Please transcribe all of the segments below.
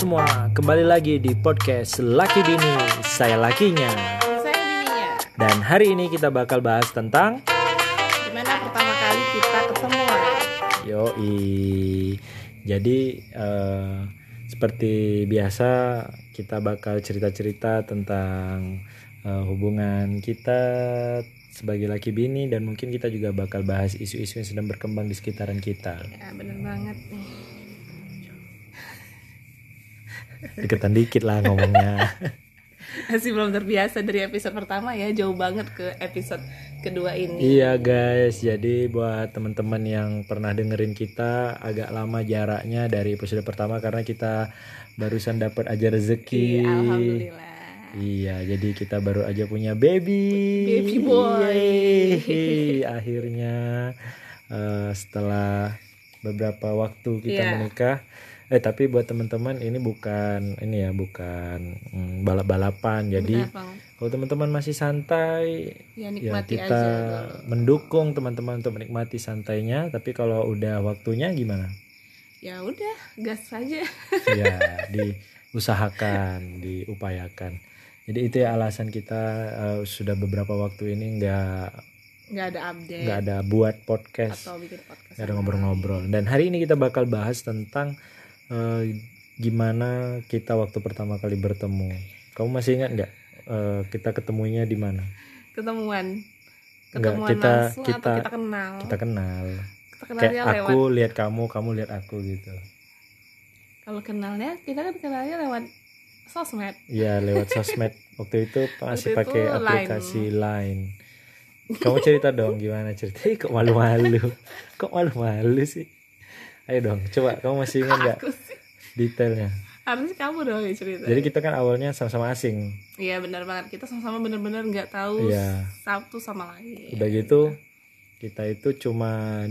semua, kembali lagi di podcast Laki Bini. Saya lakinya. Saya bininya. Dan hari ini kita bakal bahas tentang Gimana pertama kali kita ketemuan? Yoi. Jadi seperti biasa kita bakal cerita-cerita tentang hubungan kita sebagai laki bini, dan mungkin kita juga bakal bahas isu-isu yang sedang berkembang di sekitaran kita. Ya bener banget nih. Deketan dikit lah ngomongnya. Masih belum terbiasa dari episode pertama ya, jauh banget ke episode kedua ini. Iya guys, jadi buat teman-teman yang pernah dengerin kita agak lama jaraknya dari episode pertama karena kita barusan dapat aja rezeki. Iya, alhamdulillah. Iya, jadi kita baru aja punya baby boy. Yeay. Akhirnya setelah beberapa waktu kita menikah. Tapi buat teman-teman ini bukan balap-balapan. Jadi kalau teman-teman masih santai, ya kita aja mendukung teman-teman untuk menikmati santainya. Tapi kalau udah waktunya gimana? Ya udah, gas saja. Ya, diusahakan, diupayakan. Jadi itu ya alasan kita sudah beberapa waktu ini nggak ada buat podcast atau bikin podcast, nggak ada ngobrol-ngobrol. Dan hari ini kita bakal bahas tentang gimana kita waktu pertama kali bertemu. Kamu masih ingat nggak kita ketemunya di mana? Ketemuan kita langsung atau kita kenal? Kita kenal. Kayak aku lihat kamu lihat aku gitu. Kalau kenalnya kita kan kenalnya lewat sosmed. Iya, lewat sosmed. Waktu itu masih pakai aplikasi Line. Kamu cerita dong gimana ceritanya? Kok malu-malu sih? Ayo dong, coba kamu masih ingat nggak detailnya? Harusnya kamu dong yang cerita. Jadi kita kan awalnya sama-sama asing. Iya benar banget, kita sama-sama benar-benar nggak tahu satu sama lain. Udah gitu kita itu cuma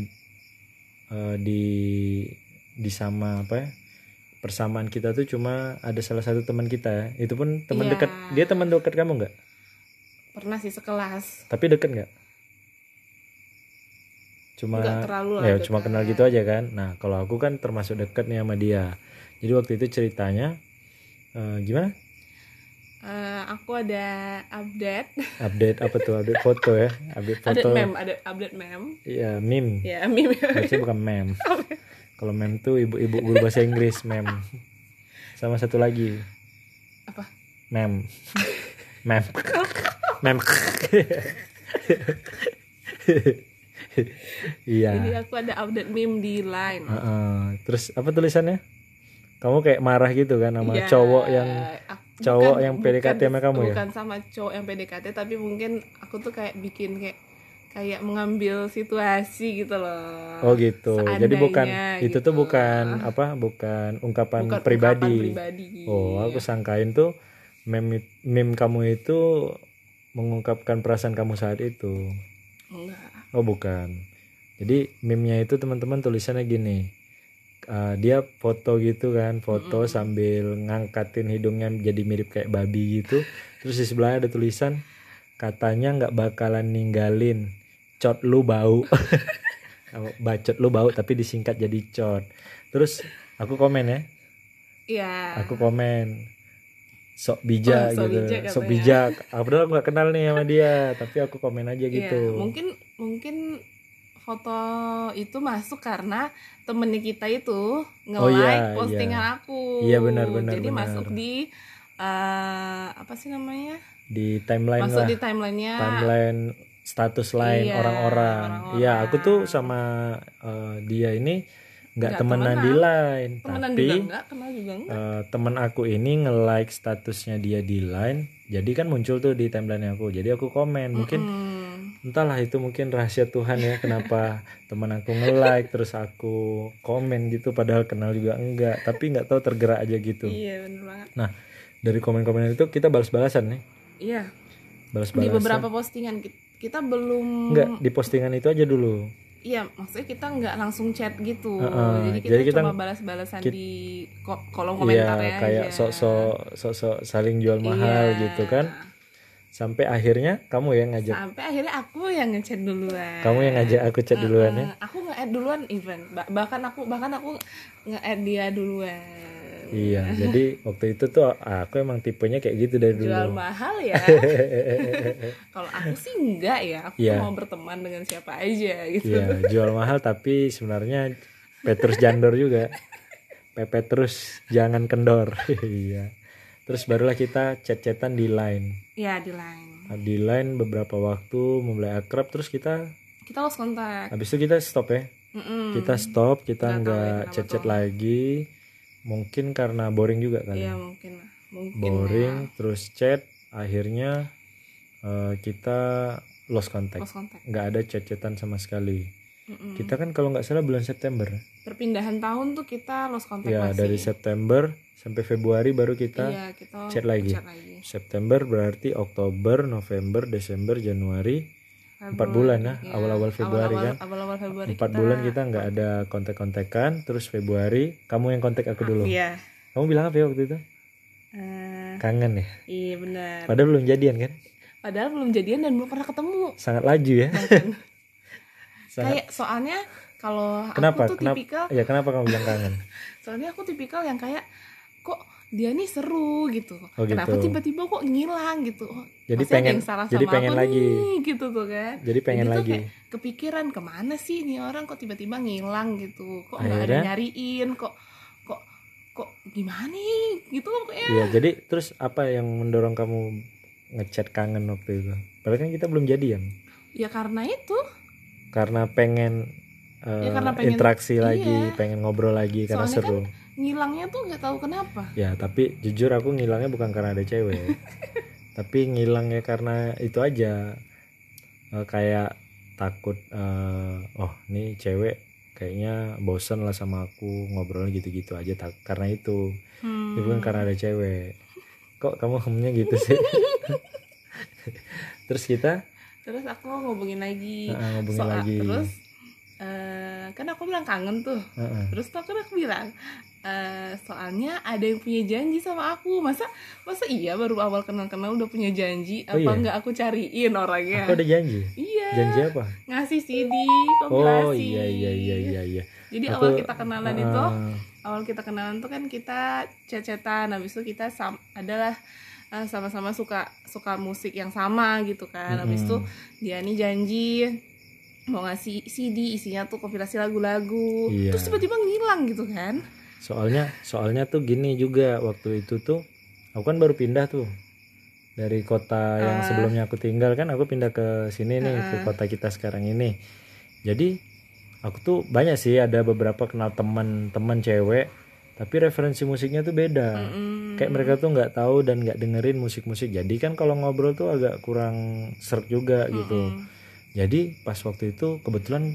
di sama apa ya? Persamaan kita tuh cuma ada salah satu teman kita. Itu pun teman dekat. Dia teman dekat kamu nggak? Pernah sih sekelas. Tapi dekat nggak? Cuma cuma kenal gitu aja kan. Nah kalau aku kan termasuk dekat nih sama dia. Jadi waktu itu ceritanya gimana? Aku ada update apa tuh? Update foto ya? Update foto. Ada update meme. Iya, meme. Iya, meme. Maksudnya bukan meme. Kalau meme tuh ibu-ibu guru bahasa Inggris, meme. Sama satu lagi. Apa? Meme. Iya. Jadi aku ada update meme di Line. Terus apa tulisannya? Kamu kayak marah gitu kan sama cowok yang PDKT sama kamu ya? Bukan sama cowok yang PDKT, tapi mungkin aku tuh kayak bikin kayak mengambil situasi gitu loh. Oh gitu. Seandainya, jadi bukan gitu. Itu tuh bukan ungkapan pribadi. Oh, aku sangkain tuh meme kamu itu mengungkapkan perasaan kamu saat itu. Enggak. Oh bukan. Jadi meme-nya itu teman-teman tulisannya gini. Dia foto gitu kan, sambil ngangkatin hidungnya jadi mirip kayak babi gitu. Terus di sebelahnya ada tulisan, katanya nggak bakalan ninggalin, cot lu bau. Bacot lu bau, tapi disingkat jadi cot. Terus aku komen ya. Iya. Aku komen, sok bijak gitu. Sok bijak. Padahal aku nggak kenal nih sama dia, tapi aku komen aja gitu. Mungkin foto itu masuk karena temennya kita itu nge-like postingan aku. Iya benar. Jadi masuk di apa sih namanya? Di timeline masuk lah. di timeline-nya. Timeline status lain orang-orang. Iya, aku tuh sama dia ini nggak temenan di Line, tapi temen aku ini nge-like statusnya dia di Line. Jadi kan muncul tuh di timeline aku. Jadi aku komen, mungkin entahlah itu mungkin rahasia Tuhan ya, kenapa teman aku nge-like terus aku komen gitu, padahal kenal juga enggak, tapi nggak tahu tergerak aja gitu. Iya benar banget. Nah dari komen-komen itu kita balas-balasan nih. Iya. Balas-balasan. Di beberapa postingan kita belum. Enggak, di postingan itu aja dulu. Iya, maksudnya kita nggak langsung chat gitu. Jadi kita cuma balas-balasan di kolom komentar ya. Kayak sok-sok saling jual mahal gitu kan. Sampai akhirnya kamu yang ngajak. Sampai akhirnya aku yang ngechat duluan. Kamu yang ngajak aku chat duluan ya. Aku nge-add duluan even. Bahkan aku nge-add dia duluan. Iya, jadi waktu itu tuh aku emang tipenya kayak gitu dari dulu. Jual mahal ya. Kalau aku sih enggak ya, aku mau berteman dengan siapa aja gitu. Iya, jual mahal tapi sebenarnya Petrus Jandor juga. Petrus jangan kendor. Iya. Terus barulah kita chat-chatan di Line. Iya, di Line. Di Line beberapa waktu mulai akrab, terus kita lost kontak. Habis itu kita stop ya. Kita stop, kita nggak chat-chat lagi. Mungkin karena boring juga kali. Iya, mungkin boring ya. Terus chat, akhirnya kita lost contact. Nggak ada chat-chatan sama sekali. Kita kan kalau nggak salah bulan September. Perpindahan tahun tuh kita lost contact ya, masih. Dari September sampai Februari baru kita chat lagi. September berarti Oktober, November, Desember, Januari. 4 bulan ya, awal-awal Februari kan. Awal-awal Februari 4 bulan kita nggak ada kontak-kontakan. Terus Februari kamu yang kontak aku dulu. Iya. Kamu bilang apa ya waktu itu? Kangen ya. Iya benar. Padahal belum jadian kan? Padahal belum jadian dan belum pernah ketemu. Sangat laju ya. Kayak soalnya kalau aku tuh tipikal. Ya kenapa kamu bilang kangen? Soalnya aku tipikal yang kayak kok dia nih seru gitu. Oh, kenapa gitu. tiba-tiba kok ngilang gitu. Jadi pengen salah jadi pengen lagi nih, gitu tuh kan. Jadi pengen jadi lagi kayak kepikiran kemana sih nih orang kok tiba-tiba ngilang gitu. Kok nggak ada nyariin, kok gimana nih gitu pokoknya. Iya, jadi terus apa yang mendorong kamu ngechat kangen waktu itu? Padahal kan kita belum jadian. Ya karena itu. Karena pengen interaksi lagi, pengen ngobrol lagi. Soalnya karena seru. Kan ngilangnya tuh nggak tahu kenapa. Ya tapi jujur aku ngilangnya bukan karena ada cewek. Tapi ngilangnya karena itu aja. Kayak takut nih cewek kayaknya bosen lah sama aku, ngobrolnya gitu-gitu aja. Karena itu. Itu bukan karena ada cewek. Kok kamu hemnya gitu sih? Terus aku ngobongin lagi. Lagi. Terus kan aku bilang kangen tuh. Terus aku bilang soalnya ada yang punya janji sama aku. Masa iya baru awal kenal udah punya janji? Apa enggak aku cariin orangnya? Aku ada janji? Iya. Janji apa? Ngasih CD kompilasi. Oh iya. Jadi awal kita kenalan tuh kan kita chat-chatan. Habis itu kita adalah sama-sama suka musik yang sama gitu kan. Habis itu dia nih janji mau ngasih CD isinya tuh kompilasi lagu-lagu. Terus tiba-tiba ngilang gitu kan. Soalnya tuh gini juga, waktu itu tuh aku kan baru pindah tuh dari kota yang sebelumnya aku tinggal kan, aku pindah ke sini nih, ke kota kita sekarang ini. Jadi aku tuh banyak sih, ada beberapa kenal teman cewek, tapi referensi musiknya tuh beda. Kayak mereka tuh nggak tahu dan nggak dengerin musik-musik. Jadi kan kalau ngobrol tuh agak kurang seret juga gitu. Jadi pas waktu itu kebetulan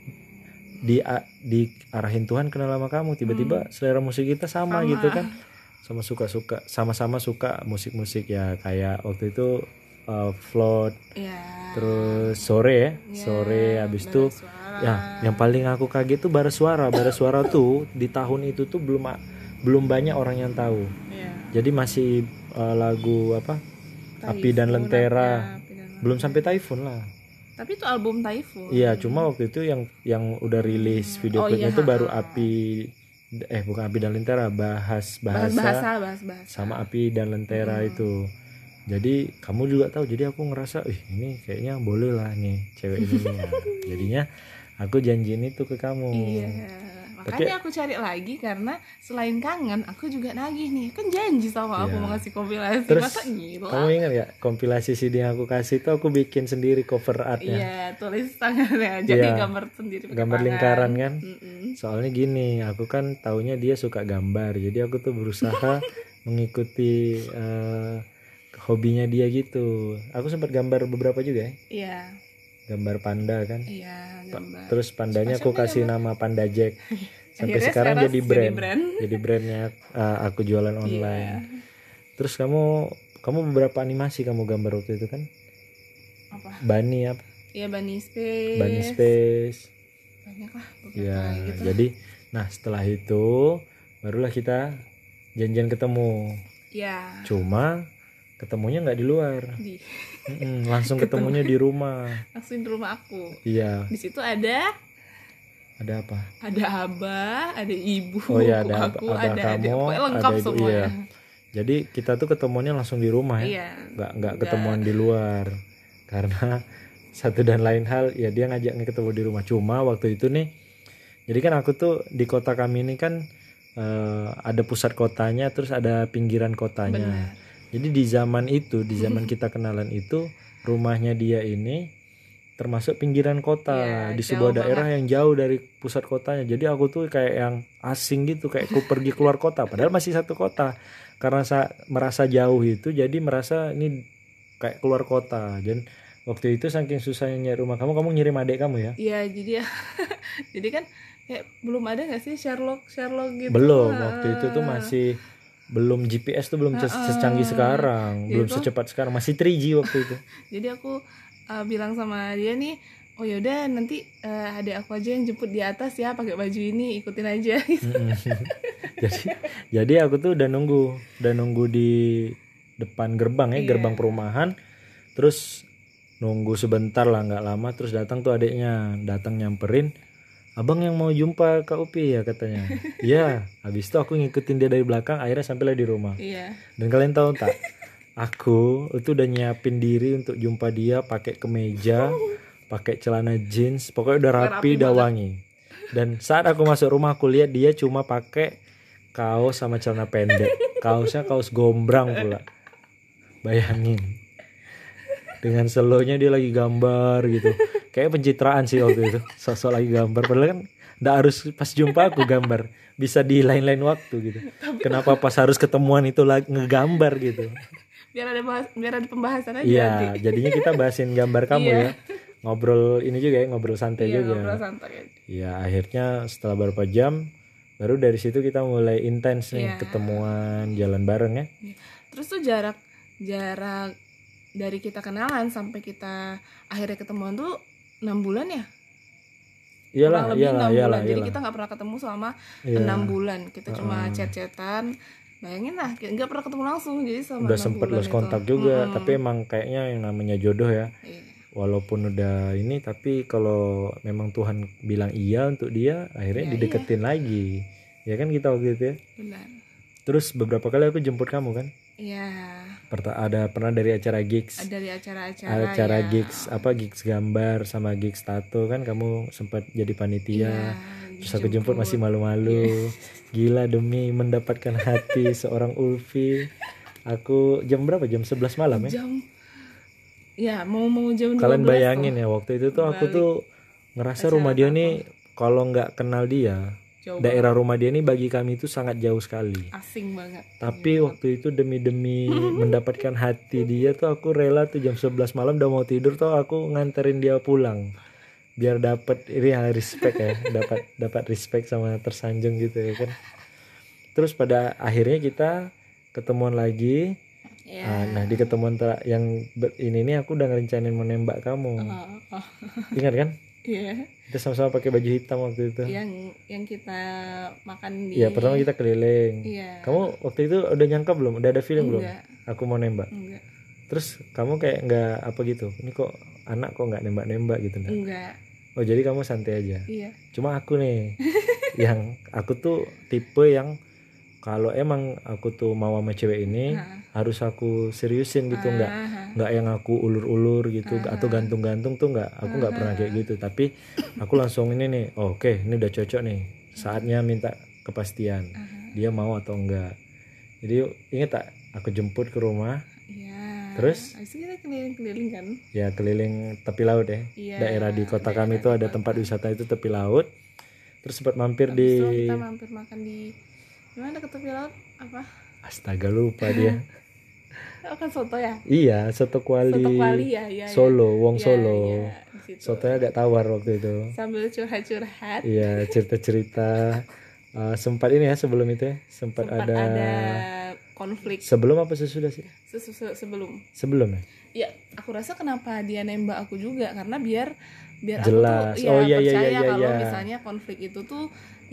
diarahin Tuhan kenal sama kamu, tiba-tiba selera musik kita sama gitu kan. Sama-sama suka musik-musik ya, kayak waktu itu Float. Terus Sore habis itu ya yang paling aku kaget tuh Bara Suara tuh di tahun itu tuh belum banyak orang yang tahu. Jadi masih lagu apa Typhoon, Api dan Lentera, belum sampai Typhoon lah. Tapi itu album Typhoon. Iya, cuma waktu itu yang udah rilis video klipnya itu baru bukan Api dan Lentera, bahasa sama Api dan Lentera itu. Jadi kamu juga tahu, jadi aku ngerasa ini kayaknya boleh lah nih cewek ini ya. Jadinya aku janjiin itu ke kamu. Iya. Makanya aku cari lagi karena selain kangen, aku juga nagih nih. Kan janji sama aku mau ngasih kompilasi. Terus, masa ngilang? Kamu ingat ya kompilasi CD yang aku kasih itu aku bikin sendiri cover artnya. Iya, tulis tangannya. Jadi gambar sendiri. Gambar lingkaran kan. Soalnya gini, aku kan taunya dia suka gambar. Jadi aku tuh berusaha mengikuti hobinya dia gitu. Aku sempat gambar beberapa juga ya. Iya. Gambar panda kan. Iya, gambar. Terus pandanya aku kasih nama Panda Jack. Sampai sekarang jadi brand. Jadi brandnya aku jualan online. Terus kamu beberapa animasi kamu gambar waktu itu kan? Apa? Bunny apa? Iya, Bunny Space. Banyak lah ya, gitu. Jadi setelah itu barulah kita janjian ketemu. Iya. Cuma ketemunya nggak di luar. Langsung ketemunya di rumah. Langsung di rumah aku. Iya. Di situ ada Ada apa? Ada abah, ada ibu, oh ya ada aku, abah ada kamu, adik, lengkap ada ibu. semuanya. Iya. Jadi kita tuh ketemuannya langsung di rumah ya. Iya. Nggak ketemuan di luar. Karena satu dan lain hal ya dia ngajaknya ketemu di rumah. Cuma waktu itu nih, jadi kan aku tuh di kota kami ini kan ada pusat kotanya, terus ada pinggiran kotanya. Benar. Jadi di zaman itu, di zaman kita kenalan itu, rumahnya dia ini termasuk pinggiran kota, di sebuah daerah yang jauh dari pusat kotanya. Jadi aku tuh kayak yang asing gitu, kayak aku pergi keluar kota, padahal masih satu kota. Karena saya merasa jauh itu, jadi merasa ini kayak keluar kota. Dan waktu itu saking susahnya nyari rumah kamu ngirim adik kamu ya? Iya, jadi ya, jadi kan kayak belum ada nggak sih Sherlock gitu? Belum, waktu itu tuh masih belum GPS tuh belum secanggih sekarang, belum secepat sekarang, masih 3G waktu itu. Jadi aku bilang sama dia nih, oh yaudah nanti adik aku aja yang jemput di atas ya, pakai baju ini, ikutin aja. Gitu. jadi aku tuh udah nunggu di depan gerbang ya, gerbang perumahan. Terus nunggu sebentar lah, nggak lama, terus datang tuh adiknya, datang nyamperin, abang yang mau jumpa Kak Upi ya katanya. Iya, habis itu aku ngikutin dia dari belakang, akhirnya sampailah di rumah. Iya. Dan kalian tahu tak, aku itu udah nyiapin diri untuk jumpa dia, pakai kemeja, pakai celana jeans, pokoknya udah rapi, udah wangi. Dan saat aku masuk rumah, aku lihat dia cuma pakai kaos sama celana pendek, kaosnya kaos gombrang pula. Bayangin, dengan selonya dia lagi gambar gitu, kayak pencitraan sih waktu itu, sosok lagi gambar, padahal kan nggak harus pas jumpa aku gambar, bisa di lain-lain waktu gitu. Kenapa pas harus ketemuan itu lagi ngegambar gitu? Biar ada pembahasan aja. Iya, jadinya kita bahasin gambar kamu ya. Ngobrol ini juga ya, ngobrol santai juga. Ngobrol santai. Iya, akhirnya setelah beberapa jam baru dari situ kita mulai intens nih ketemuan, jalan bareng ya. Terus tuh jarak dari kita kenalan sampai kita akhirnya ketemuan tuh 6 bulan ya? Iyalah. Jadi kita nggak pernah ketemu selama 6 bulan. Kita cuma chat-chatan. Bayangin lah, nggak pernah ketemu langsung, jadi sama udah sempet lost kontak juga. Tapi emang kayaknya yang namanya jodoh ya. Walaupun udah ini, tapi kalau memang Tuhan bilang iya untuk dia, akhirnya dideketin lagi. Ya kan kita waktu itu ya. Benar. Terus beberapa kali aku jemput kamu kan? Iya. Pernah dari acara gigs. Dari acara gigs, gigs gambar sama gigs tato kan, kamu sempat jadi panitia. Terus aku jemput masih malu-malu. Gila, demi mendapatkan hati seorang Ulfi. Aku jam berapa? Jam 11 malam ya? Mau jam 12. Kalian bayangin ya, waktu itu tuh aku tuh ngerasa rumah dia nih, kalau nggak kenal dia, daerah rumah dia nih bagi kami itu sangat jauh sekali. Asing banget. Tapi waktu itu demi mendapatkan hati dia tuh aku rela tuh jam 11 malam udah mau tidur tuh aku nganterin dia pulang. Biar dapat respect ya, dapat respect sama tersanjung gitu ya kan. Terus pada akhirnya kita ketemuan lagi. Nah di ketemuan yang ini aku udah ngerencanain mau nembak kamu. Ingat kan? Iya. Kita sama-sama pakai baju hitam waktu itu. Yang kita makan di. Iya, pertama kita keliling. Iya. Kamu waktu itu udah nyangka belum? Udah ada feeling belum? Aku mau nembak. Enggak. Terus kamu kayak nggak apa gitu. Ini kok anak kok nggak nembak-nembak gitu enggak? Enggak. Oh, jadi kamu santai aja. Iya. Cuma aku nih yang aku tuh tipe yang kalau emang aku tuh mau sama cewek ini harus aku seriusin gitu, nggak yang aku ulur-ulur gitu atau gantung-gantung tuh aku nggak pernah kayak gitu. Tapi aku langsung ini nih, oke, ini udah cocok nih, saatnya minta kepastian dia mau atau enggak. Jadi inget tak aku jemput ke rumah. Terus kita keliling-keliling kan? Ya keliling tepi laut ya. Daerah di kota kami itu ada tempat wisata itu tepi laut. Terus sempat mampir kita mampir makan di mana ke tepi laut apa? Astaga, lupa dia. Kan soto ya? Iya, soto kuali ya. Solo, Wong Solo. Sotonya agak tawar waktu itu. Sambil curhat-curhat. Iya, cerita-cerita. Sempat ini ya sebelum itu ya, sempat ada konflik. Sebelum apa sesudah sih? Sebelum ya? Ya, aku rasa kenapa dia nembak aku juga karena biar jelas. Aku tuh percaya kalau misalnya konflik itu tuh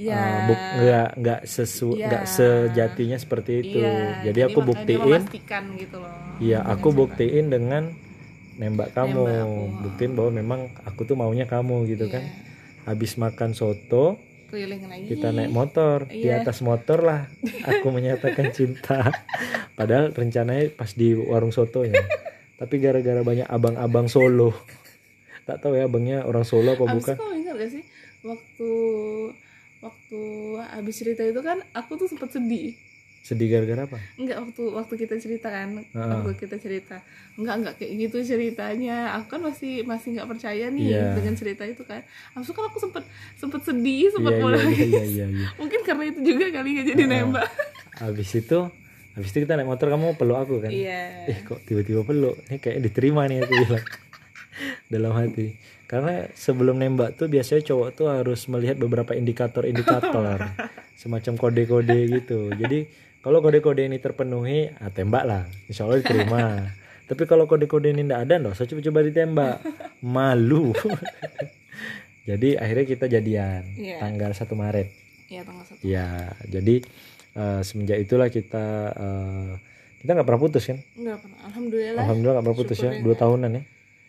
nggak sejatinya seperti itu. Jadi aku buktiin gitu loh. Iya, aku buktiin dengan nembak kamu. Buktiin bahwa memang aku tuh maunya kamu gitu kan. habis makan soto keliling lagi. Kita naik motor. Di atas motor lah aku menyatakan cinta. Padahal rencananya pas di warung sotonya. Tapi gara-gara banyak abang-abang Solo. Tak tahu ya abangnya orang Solo apa bukan. Kamu ingat gak sih waktu habis cerita itu kan aku tuh sempat sedih. Sedih gara-gara apa? Enggak, waktu kita cerita kan. Waktu kita cerita. Enggak kayak gitu ceritanya. Aku kan masih enggak percaya nih dengan cerita itu kan. Habis itu kan aku sempat sedih, sempat mulai. Iya. Mungkin karena itu juga kali enggak jadi nembak. Habis itu kita naik motor, kamu peluk aku kan? Iya. Kok tiba-tiba peluk? Ini kayak diterima nih aku bilang. Dalam hati. Karena sebelum nembak tuh biasanya cowok tuh harus melihat beberapa indikator. Semacam kode-kode gitu. Jadi kalau kode-kode ini terpenuhi, tembak lah. Insya Allah diterima. Tapi kalau kode-kode ini tidak ada, nggak usah coba-coba ditembak. Malu. Jadi akhirnya kita jadian. Tanggal 1 Maret. Iya, tanggal 1. Ya, jadi semenjak itulah kita nggak pernah putus kan? Nggak pernah. Alhamdulillah nggak pernah putus ya. 2 tahunan ya.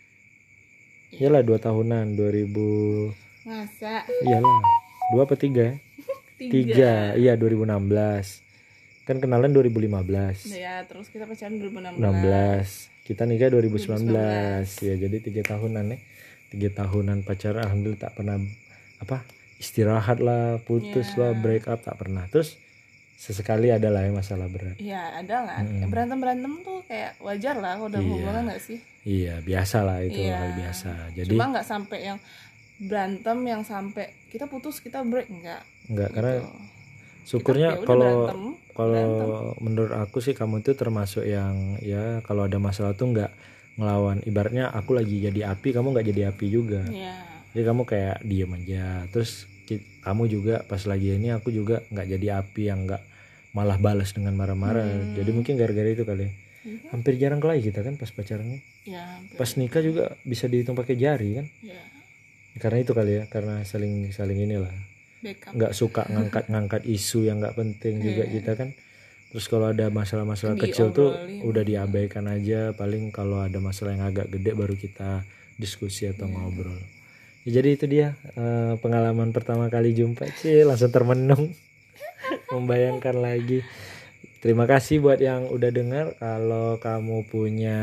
Iyalah 2 tahunan. 2000. Masa? Iyalah. 2 apa 3 ya? 3. Iya 2016. Kan kenalan 2015. Ya, terus kita pacaran 2016. Kita nikah 2019. Ya, jadi 3 tahunan ya. 3 tahunan pacaran, alhamdulillah tak pernah istirahat lah, putus lah, break up tak pernah. Terus sesekali ada lah ya masalah berat. Iya, ada lah. Berantem tuh kayak wajar lah kalau udah hubungan enggak sih? Iya, biasa lah itu hal biasa. Jadi cuma enggak sampai yang berantem yang sampai kita putus, kita break enggak gitu. Karena syukurnya kalau menurut aku sih kamu itu termasuk yang ya kalau ada masalah tuh nggak ngelawan. Ibaratnya aku lagi jadi api, kamu nggak jadi api juga. Jadi kamu kayak diem aja. Terus kamu juga pas lagi ini, aku juga nggak jadi api yang nggak malah balas dengan marah-marah. Jadi mungkin gara-gara itu kali. Hampir jarang kelahi kita kan pas pacarannya. Pas nikah juga bisa dihitung pakai jari kan. Karena itu kali ya, karena saling inilah. Nggak suka ngangkat isu yang nggak penting juga kita kan. Terus kalau ada masalah-masalah kecil tuh udah diabaikan aja. Paling kalau ada masalah yang agak gede baru kita diskusi atau ngobrol. Ya, jadi itu dia pengalaman pertama kali jumpa sih, langsung termenung. Membayangkan lagi. Terima kasih buat yang udah dengar. Kalau kamu punya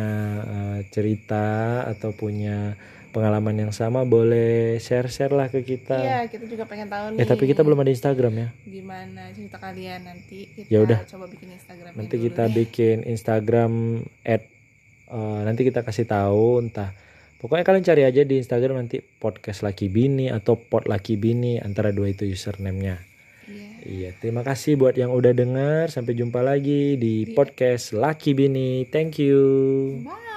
cerita atau punya pengalaman yang sama, boleh share lah ke kita. Iya, kita juga pengen tahu nih. Tapi kita belum ada Instagram ya. Gimana cerita kalian, nanti kita coba bikin Instagram. Nanti kita bikin Instagram nanti kita kasih tahu entah. Pokoknya kalian cari aja di Instagram nanti podcast Laki Bini atau Pod Laki Bini, antara 2 itu username-nya. Iya, terima kasih buat yang udah dengar. Sampai jumpa lagi di podcast Laki Bini. Thank you. Bye.